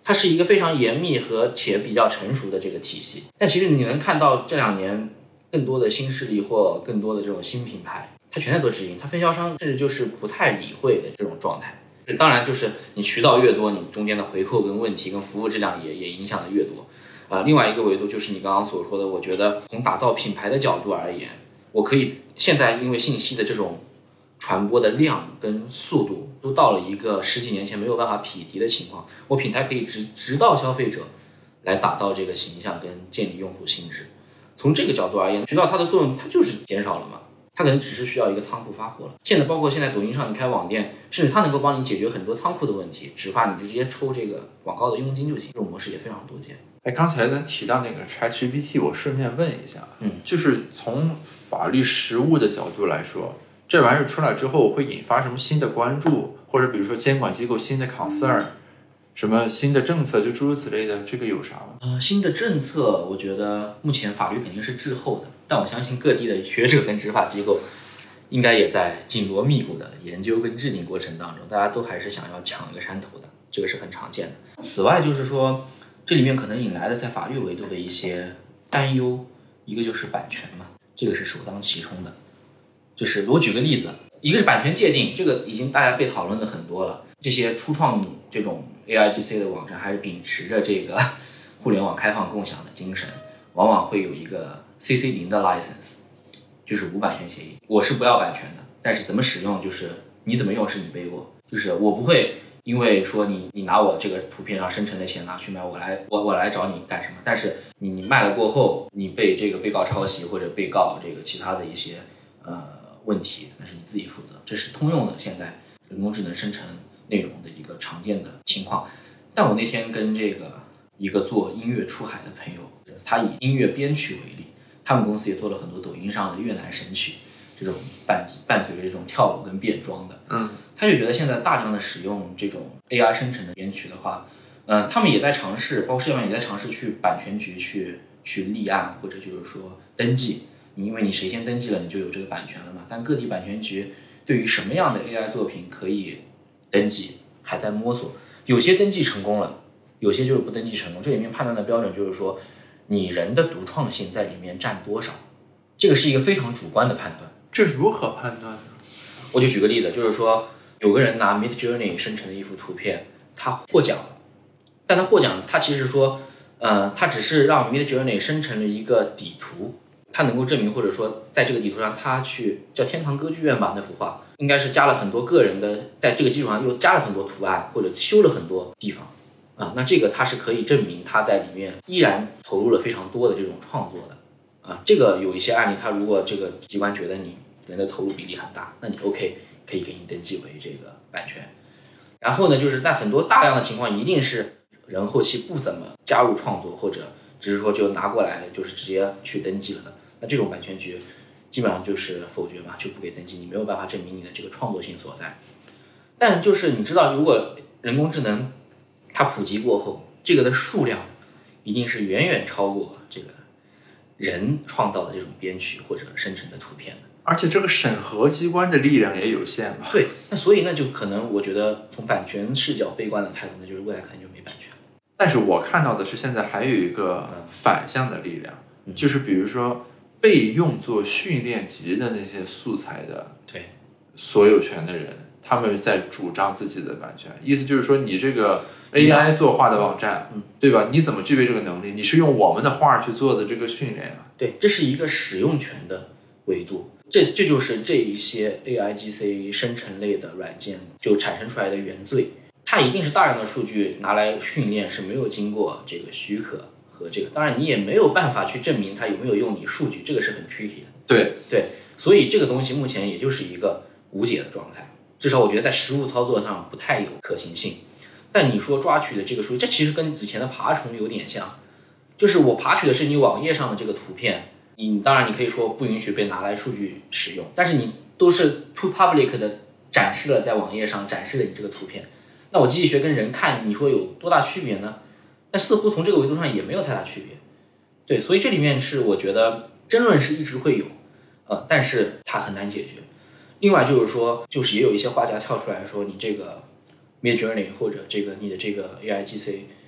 它是一个非常严密和且比较成熟的这个体系。但其实你能看到这两年更多的新势力或更多的这种新品牌，它全在做直营，它分销商甚至就是不太理会的这种状态。当然就是你渠道越多，你中间的回扣跟问题跟服务质量也也影响的越多。呃，另外一个维度就是你刚刚所说的，我觉得从打造品牌的角度而言，我可以现在因为信息的这种传播的量跟速度都到了一个十几年前没有办法匹敌的情况，我品牌可以直直到消费者来打造这个形象跟建立用户心智。从这个角度而言，渠道它的作用它就是减少了嘛，它可能只是需要一个仓库发货了。现在包括现在抖音上你开网店，甚至它能够帮你解决很多仓库的问题，只发你就直接抽这个广告的佣金就行，这种模式也非常多见。 哎，刚才咱提到那个 ChatGPT， 我顺便问一下， 嗯， 就是从法律实务的角度来说，这玩意儿出来之后会引发什么新的关注，或者比如说监管机构新的 concern， 什么新的政策，就诸如此类的，这个有啥吗？ 呃，新的政策，我觉得目前法律肯定是滞后的，但我相信各地的学者跟执法机构应该也在紧锣密鼓的研究跟制定过程当中，大家都还是想要抢一个山头的，这个是很常见的。此外就是说，这里面可能引来的在法律维度的一些担忧，一个就是版权嘛，这个是首当其冲的。就是我举个例子，一个是版权界定，这个已经大家被讨论的很多了。这些初创这种 A I G C 的网站还是秉持着这个互联网开放共享的精神，往往会有一个 C C 零的 license， 就是无版权协议。我是不要版权的，但是怎么使用就是你怎么用是你背锅，就是我不会因为说你你拿我这个图片上生成的钱拿去卖，我来我我来找你干什么？但是你你卖了过后，你被这个被告抄袭或者被告这个其他的一些呃问题，那是你自己负责，这是通用的现在人工智能生成内容的一个常见的情况。但我那天跟这个一个做音乐出海的朋友，他以音乐编曲为例，他们公司也做了很多抖音上的越南神曲，这种伴伴随着这种跳舞跟变装的， 嗯， 他就觉得现在大量的使用这种 A I 生成的编曲的话，嗯、呃，他们也在尝试，包括社员也在尝试去版权局去去立案，或者就是说登记。因为你谁先登记了，你就有这个版权了嘛。但各地版权局对于什么样的 A I 作品可以登记，还在摸索。有些登记成功了，有些就是不登记成功。这里面判断的标准就是说，你人的独创性在里面占多少，这个是一个非常主观的判断。 这如何判断呢？ 我就举个例子，就是说有个人拿 Midjourney 生成的一幅图片，他获奖了，但他获奖，他其实说，呃，他只是让 Midjourney 生成了一个底图。他能够证明，或者说在这个地图上，他去叫天堂歌剧院吧，那幅画应该是加了很多个人的，在这个基础上又加了很多图案，或者修了很多地方啊。那这个他是可以证明他在里面依然投入了非常多的这种创作的啊。这个有一些案例，他如果这个机关觉得你人的投入比例很大，那你 OK 可以给你登记为这个版权。然后呢，就是但很多大量的情况一定是人后期不怎么加入创作，或者只是说就拿过来就是直接去登记了的。那这种版权局基本上就是否决嘛，就不给登记，你没有办法证明你的这个创作性所在。但就是你知道，如果人工智能它普及过后，这个的数量一定是远远超过这个人创造的这种编曲或者生成的图片的。 而且这个审核机关的力量也有限吧？ 对，那所以那就可能我觉得从版权视角悲观的态度，那就是未来可能就没版权。 但是我看到的是现在还有一个反向的力量， 嗯、 就是比如说被用作训练集的那些素材的对所有权的人，他们在主张自己的版权。意思就是说，你这个 A I 作画的网站， 嗯， 对吧？你怎么具备这个能力？你是用我们的画去做的这个训练啊？ 对，这是一个使用权的维度。这这就是这一些 A I G C 生成类的软件就产生出来的原罪。它一定是大量的数据拿来训练，是没有经过这个许可。和这个当然你也没有办法去证明它有没有用你数据，这个是很 tricky 的。 对对，所以这个东西目前也就是一个无解的状态，至少我觉得在实物操作上不太有可行性。但你说抓取的这个数据，这其实跟之前的爬虫有点像，就是我爬取的是你网页上的这个图片，你当然你可以说不允许被拿来数据使用，但是你都是 to public 的展示了在网页上展示了你这个图片，那我机器学跟人看你说有多大区别呢？但似乎从这个维度上也没有太大区别。对，所以这里面是我觉得争论是一直会有，呃，但是它很难解决。另外就是说，就是也有一些画家跳出来说，你这个 Midjourney 或者这个你的这个 A I G C，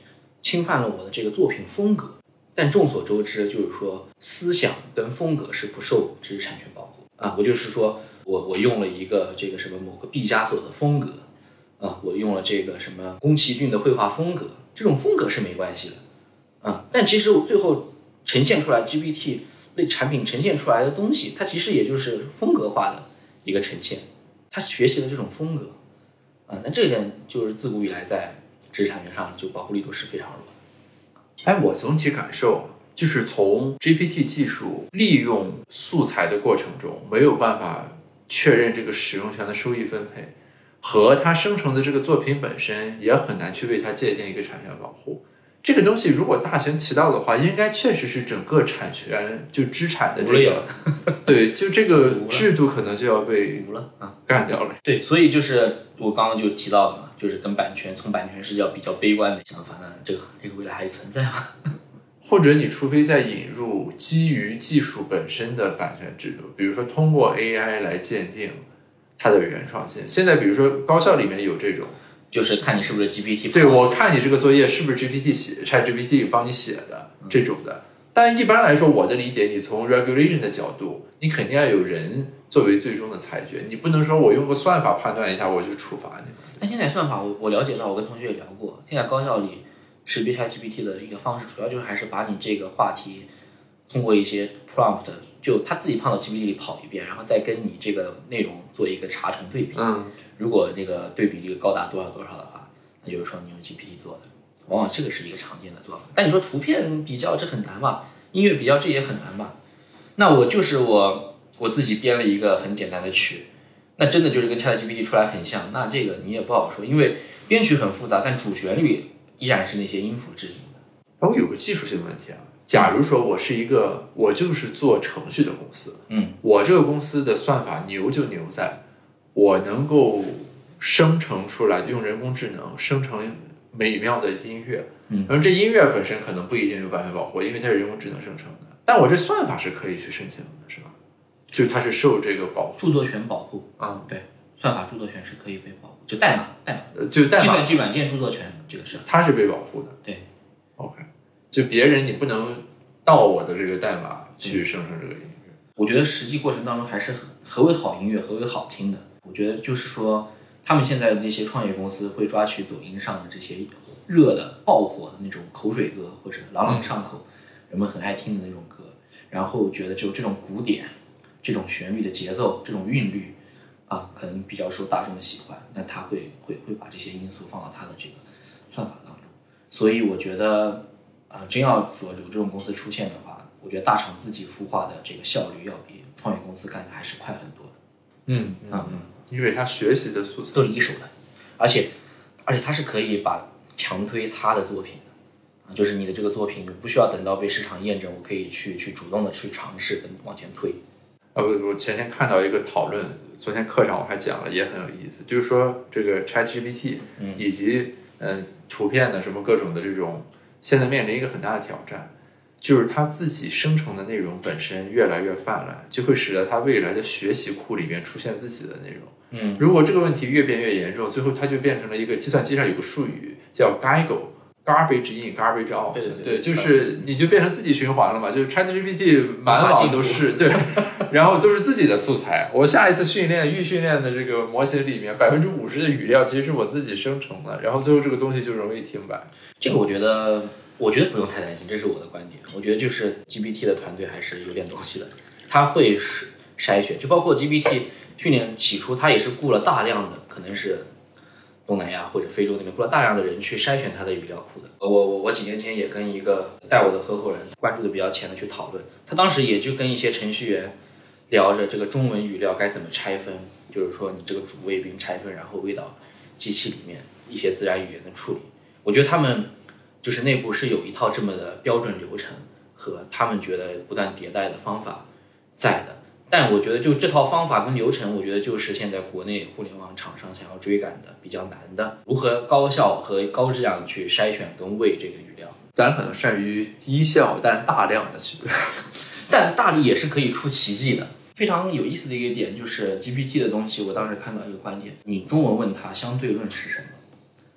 侵犯了我的这个作品风格。但众所周知，就是说思想跟风格是不受知识产权保护啊。我就是说我我用了一个这个什么某个毕加索的风格啊，我用了这个什么宫崎骏的绘画风格，这种风格是没关系的啊。但其实我最后呈现出来 G P T 类产品呈现出来的东西，它其实也就是风格化的一个呈现，它学习了这种风格啊。那这点就是自古以来在知识产权上就保护力度是非常弱的。 哎，我总体感受就是从 G P T 技术利用素材的过程中，没有办法确认这个使用权的收益分配，和它生成的这个作品本身也很难去为它界定一个产权保护。这个东西如果大行其道的话，应该确实是整个产权就知产的这个，对，就这个制度可能就要被干掉了。 对，所以就是我刚刚就提到的嘛，就是跟版权从版权视角比较悲观的想法，那这个这个未来还存在吗？ 或者你除非再引入基于技术本身的版权制度，比如说通过 A I 来鉴定它的原创性。现在比如说高校里面有这种， 就是看你是不是 G P T， 对，我看你这个作业是不是 G P T 写 ChatGPT 帮你写的这种的。但一般来说，我的理解，你从 regulation 的角度，你肯定要有人作为最终的裁决，你不能说我用个算法判断一下我就处罚你。 但现在算法我我了解到，我跟同学也聊过，现在高校里识别 ChatGPT 的一个方式，主要就是还是把你这个话题通过一些 prompt， 就他自己放到 G P T 里跑一遍，然后再跟你这个内容做一个查重对比。 嗯， 如果这个对比率高达多少多少的话，那就是说你用 G P T 做的，往往这个是一个常见的做法。但你说图片比较这很难嘛，音乐比较这也很难嘛。那我就是我我自己编了一个很简单的曲，那真的就是跟 ChatGPT 出来很像，那这个你也不好说，因为编曲很复杂，但主旋律依然是那些音符制定的。 我有个技术性问题啊，假如说我是一个，我就是做程序的公司， 嗯， 我这个公司的算法牛就牛在，我能够生成出来，用人工智能生成美妙的音乐， 嗯， 然后这音乐本身可能不一定有版权保护，因为它是人工智能生成的，但我这算法是可以去申请的，是吧？就是它是受这个保护， 著作权保护啊、嗯， 对，算法著作权是可以被保护，就代码代码， 呃，就代码， 计算机软件著作权这个是它是被保护的， 对 ，OK， 就别人你不能盗我的这个代码去生成这个音乐。嗯、 我觉得实际过程当中还是何为好音乐，何为好听的。我觉得就是说，他们现在那些创业公司会抓取抖音上的这些热的、爆火的那种口水歌，或者朗朗上口、嗯、人们很爱听的那种歌，然后觉得就这种鼓点、这种旋律的节奏、这种韵律啊，可能比较受大众的喜欢，那他会会会把这些因素放到他的这个算法当中。所以我觉得，啊，真要说有这种公司出现的话，我觉得大厂自己孵化的这个效率要比创业公司干的还是快很多的。 嗯嗯嗯，因为他学习的素材都离手的，而且而且他是可以把强推他的作品的啊，就是你的这个作品不需要等到被市场验证，我可以去去主动的去尝试跟往前推。 啊，我我前天看到一个讨论，昨天课上我还讲了，也很有意思，就是说这个 ChatGPT 以及嗯、呃、图片的什么各种的这种，现在面临一个很大的挑战。就是它自己生成的内容本身越来越泛滥，就会使得它未来的学习库里面出现自己的内容。 嗯， 如果这个问题越变越严重，最后它就变成了一个计算机上有个术语叫 Giggle，garbage in garbage out。 对对对, 对，就是你就变成自己循环了嘛，就是 ChatGPT 满网都是对，然后都是自己的素材。我下一次训练预训练的这个模型里面，百分之五十的语料其实是我自己生成的，然后最后这个东西就容易停摆。 这个我觉得。我觉得不用太担心，这是我的观点。我觉得就是 G P T 的团队还是有点东西的，他会筛选，就包括 G P T 训练起初，他也是雇了大量的，可能是东南亚或者非洲那边雇了大量的人去筛选他的语料库的。我我我几年前也跟一个带我的合伙人关注的比较浅的去讨论，他当时也就跟一些程序员聊着这个中文语料该怎么拆分，就是说你这个主谓宾拆分，然后喂到机器里面一些自然语言的处理。我觉得他们。就是内部是有一套这么的标准流程和他们觉得不断迭代的方法在的，但我觉得就这套方法跟流程，我觉得就是现在国内互联网厂商想要追赶的比较难的，如何高效和高质量去筛选跟喂这个语料。 咱可能善于低效但大量的去， 但大力也是可以出奇迹的。非常有意思的一个点就是 G P T 的东西，我当时看到一个观点，你中文问它相对论是什么，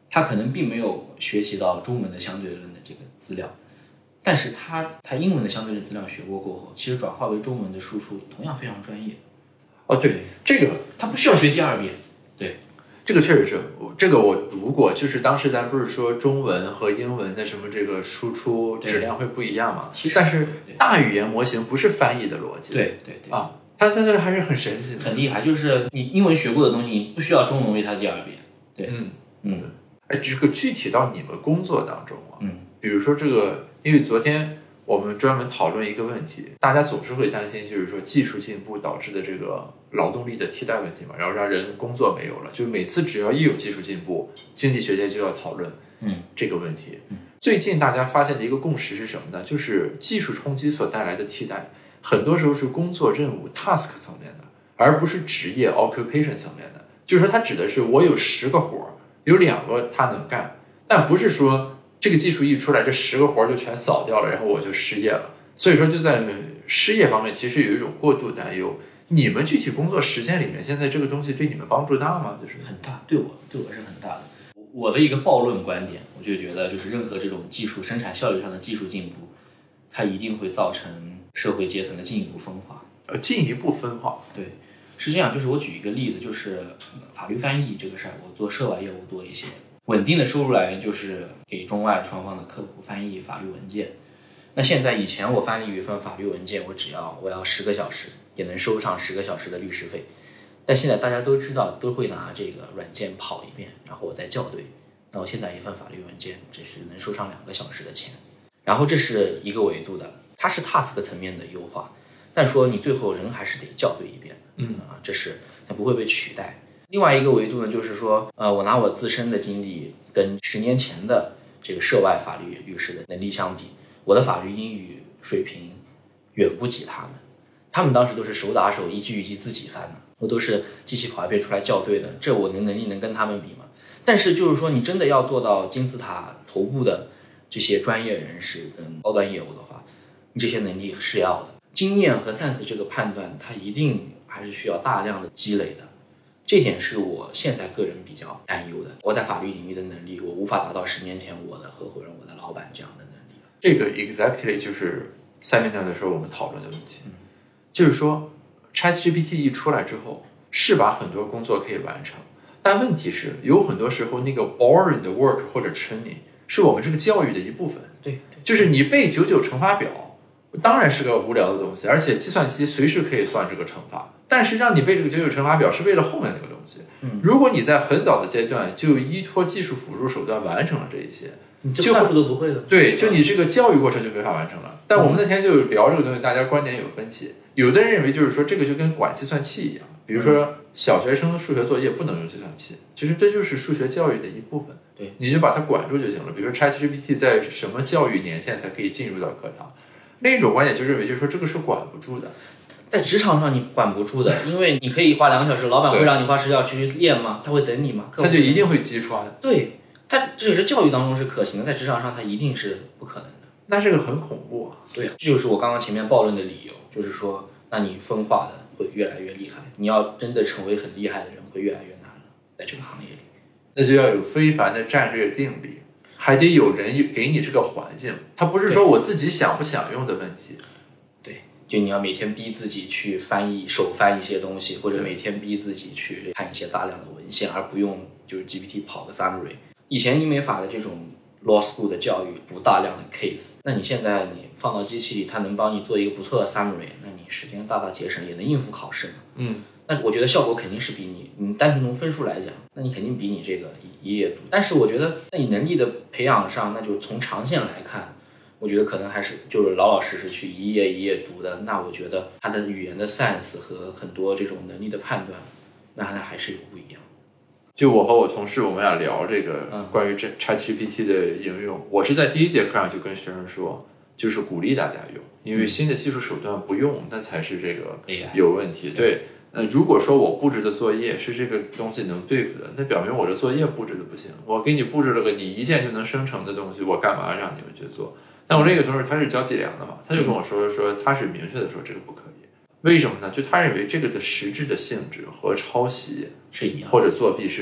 他可能并没有学习到中文的相对论的这个资料，但是他他英文的相对论资料学过过后，其实转化为中文的输出同样非常专业。 哦，对，这个他不需要学第二遍。对， 这个确实是，这个我读过，就是当时咱不是说中文和英文的什么这个输出质量会不一样嘛？ 其实， 但是大语言模型不是翻译的逻辑。 对对对啊，它在这还是很神奇的， 很厉害。就是你英文学过的东西，你不需要中文为它第二遍。对， 嗯嗯， 对。哎，这个具体到你们工作当中啊， 嗯， 比如说这个，因为昨天我们专门讨论一个问题，大家总是会担心，就是说技术进步导致的这个劳动力的替代问题嘛，然后让人工作没有了。就每次只要一有技术进步，经济学界就要讨论嗯这个问题。 嗯， 最近大家发现的一个共识是什么呢？就是技术冲击所带来的替代，很多时候是工作任务 task 层面的，而不是职业 occupation 层面的。就是说，它指的是我有十个活儿，有两个他能干，但不是说这个技术一出来，这十个活儿就全扫掉了，然后我就失业了。所以说，就在失业方面，其实有一种过度担忧。你们具体工作实践里面，现在这个东西对你们帮助大吗？就是很大，对我对我是很大的。我的一个暴论观点，我就觉得，就是任何这种技术生产效率上的技术进步，它一定会造成社会阶层的进一步分化。 呃，进一步分化。 对，是这样。就是我举一个例子，就是法律翻译这个事儿，我做涉外业务多一些，稳定的收入来源就是给中外双方的客户翻译法律文件。那现在以前我翻译一份法律文件，我只要我要十个小时，也能收上十个小时的律师费。但现在大家都知道，都会拿这个软件跑一遍，然后我再校对。那我现在一份法律文件只是能收上两个小时的钱。然后这是一个维度的，它是 task 层面的优化，但说你最后人还是得校对一遍的。 嗯啊，这是它不会被取代。另外一个维度呢，就是说，呃，我拿我自身的经历跟十年前的这个涉外法律律师的能力相比，我的法律英语水平远不及他们。他们当时都是手打手一句一句自己翻的，我都是机器跑一遍出来校对的，这我能能力能跟他们比吗？但是就是说，你真的要做到金字塔头部的这些专业人士跟高端业务的话，你这些能力是要的。经验和 sense 这个判断，它一定还是需要大量的积累的。这点是我现在个人比较担忧的。我在法律领域的能力，我无法达到十年前我的合伙人、我的老板这样的能力。 这个 exactly 就是三面谈的时候我们讨论的问题。 嗯， 就是说 ChatGPT 一出来之后，是把很多工作可以完成，但问题是有很多时候那个 boring 的 work 或者 training 是我们这个教育的一部分。 对，对， 就是你背九九乘法表当然是个无聊的东西，而且计算机随时可以算这个乘法，但是让你背这个九九乘法表是为了后面那个东西。 嗯， 如果你在很早的阶段就依托技术辅助手段完成了这一些， 你就算术都不会了。 对，就你这个教育过程就没法完成了。但我们那天就聊这个东西，大家观点有分歧。有的人认为就是说这个就跟管计算器一样，比如说小学生的数学作业不能用计算器，其实这就是数学教育的一部分。 对， 你就把它管住就行了。比如说 ChatGPT 在什么教育年限才可以进入到课堂？另一种观点就认为就是说这个是管不住的。 在职场上你管不住的，因为你可以花两个小时，老板会让你花十小时去练吗？他会等你吗？ 他就一定会击穿。 对，他这个是教育当中是可行的，在职场上他一定是不可能的。 那这个很恐怖啊。 对，这就是我刚刚前面暴论的理由，就是说，那你分化的会越来越厉害，你要真的成为很厉害的人会越来越难了，在这个行业里。 那就要有非凡的战略定力，还得有人给你这个环境，它不是说我自己想不想用的问题。 对，就你要每天逼自己去翻译手翻一些东西，或者每天逼自己去看一些大量的文献，而不用就是 G P T 跑个 summary。以前英美法的这种 law school 的教育读大量的 case， 那你现在你放到机器里，它能帮你做一个不错的 summary， 那你时间大大节省，也能应付考试嘛。 嗯， 那我觉得效果肯定是比你，你单纯从分数来讲，那你肯定比你这个一页读。但是我觉得，那你能力的培养上，那就从长线来看，我觉得可能还是就是老老实实去一页一页读的。那我觉得他的语言的 sense 和很多这种能力的判断，那那还是有不一样。 就我和我同事，我们俩聊这个关于这 ChatGPT 的应用，我是在第一节课上就跟学生说，就是鼓励大家用，因为新的技术手段不用，那才是这个有问题。对，那如果说我布置的作业是这个东西能对付的，那表明我这作业布置的不行。我给你布置了个你一键就能生成的东西，我干嘛让你们去做？那我这个同事他是教计量的嘛，他就跟我说说他是明确的说这个不可以。为什么呢？就他认为这个的实质的性质和抄袭是一样， 或者作弊是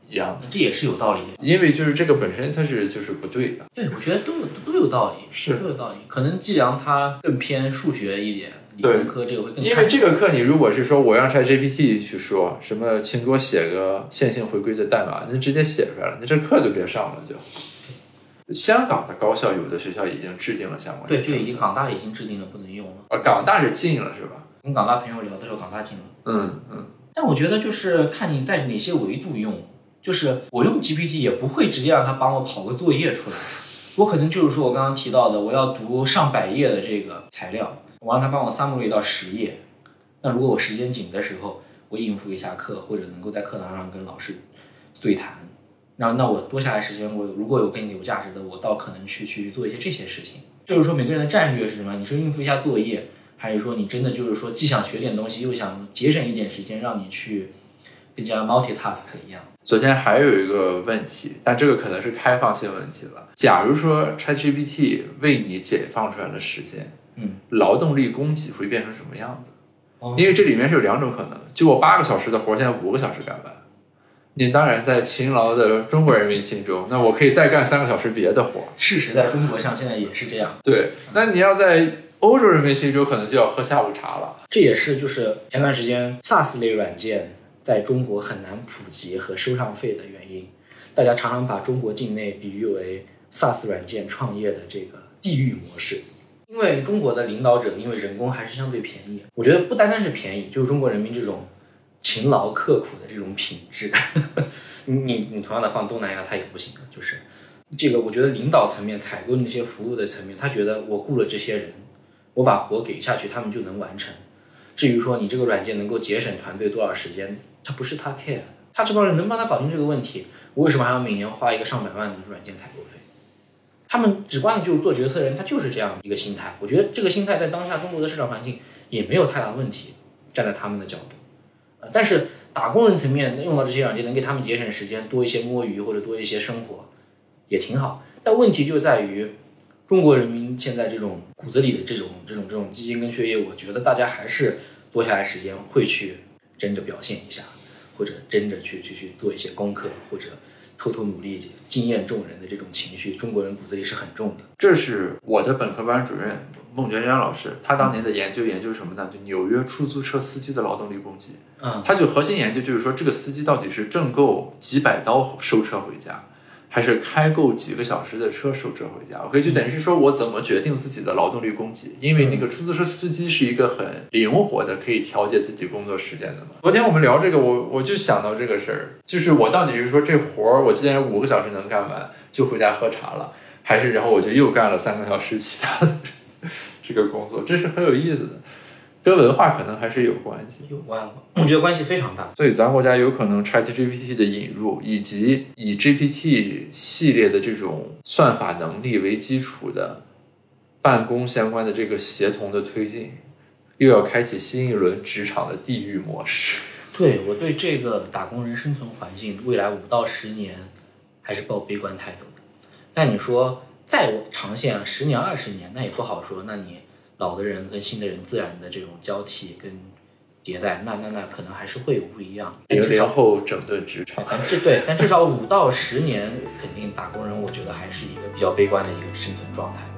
一样的， 这也是有道理的。 因为就是这个本身它是就是不对的。 对，我觉得都有都有道理， 是都有道理。可能计量它更偏数学一点，理工科这个会更。 因为这个课你如果是说我让 ChatGPT 去说什么，请给我写个线性回归的代码，那直接写出来了，那这课就别上了就。香港的高校有的学校已经制定了相关的对，就已经港大已经制定了不能用了。 啊，港大是禁了是吧？ 跟港大朋友聊的时候，港大禁了。 嗯嗯。 但我觉得就是看你在哪些维度用，就是我用 G P T 也不会直接让它帮我跑个作业出来，我可能就是说我刚刚提到的，我要读上百页的这个材料，我让它帮我 summary 到十页。那如果我时间紧的时候，我应付一下课，或者能够在课堂上跟老师对谈。然后，那我多下来时间，我如果有更有价值的，我倒可能去去做一些这些事情。就是说，每个人的战略是什么？你是应付一下作业，还是说你真的就是说既想学点东西，又想节省一点时间，让你去更加 multitask 一样？ 昨天还有一个问题，但这个可能是开放性问题了。假如说 ChatGPT 为你解放出来的时间， 嗯， 劳动力供给会变成什么样子？ 哦、 因为这里面是有两种可能，就我八个小时的活，现在五个小时干完。你当然在勤劳的中国人民心中，那我可以再干三个小时别的活。 事实在中国上现在也是这样。 对，那你要在欧洲人民心中，可能就要喝下午茶了。 这也是就是前段时间 SaaS 类软件在中国很难普及和收上费的原因。大家常常把中国境内比喻为 SaaS 软件创业的这个地狱模式。因为中国的领导者因为人工还是相对便宜，我觉得不单单是便宜，就是中国人民这种勤劳刻苦的这种品质你你同样的放东南亚它也不行，就是这个我觉得领导层面采购那些服务的层面，他觉得我雇了这些人，我把活给下去他们就能完成。至于说你这个软件能够节省团队多少时间，他不是他 care， 他这帮人能帮他搞定这个问题，我为什么还要每年花一个上百万的软件采购费？他们直观的就是做决策人，他就是这样一个心态。我觉得这个心态在当下中国的市场环境也没有太大问题，站在他们的角度。但是打工人层面用到这些软件能给他们节省时间，多一些摸鱼或者多一些生活也挺好。但问题就在于中国人民现在这种骨子里的这种这种这种基因跟血液，我觉得大家还是多下来时间会去争着表现一下，或者争着去去去做一些功课，或者偷偷努力惊艳众人的这种情绪，中国人骨子里是很重的。 这是我的本科班主任孟觉江老师，他当年的研究研究什么呢？就纽约出租车司机的劳动力供给。 嗯， 他就核心研究就是说，这个司机到底是挣够几百刀收车回家，还是开够几个小时的车收车回家。OK， 就等于是说我怎么决定自己的劳动力供给？因为那个出租车司机是一个很灵活的，可以调节自己工作时间的嘛。昨天我们聊这个，我我就想到这个事儿，就是我到底是说这活儿我既然五个小时能干完，就回家喝茶了，还是然后我就又干了三个小时其他的这个工作，这是很有意思的。跟文化可能还是有关系， 有关，我觉得关系非常大。 所以咱国家有可能 ChatGPT 的引入，以及以 G P T 系列的这种算法能力为基础的办公相关的这个协同的推进，又要开启新一轮职场的地狱模式。 对，我对这个打工人生存环境未来五到十年还是抱悲观态度的。但你说再长线啊，十年二十年，那也不好说。那你老的人跟新的人自然的这种交替跟迭代，那那那可能还是会有不一样。 零零后整顿职场， 但这对，但至少五到十年，肯定打工人我觉得还是一个比较悲观的一个生存状态。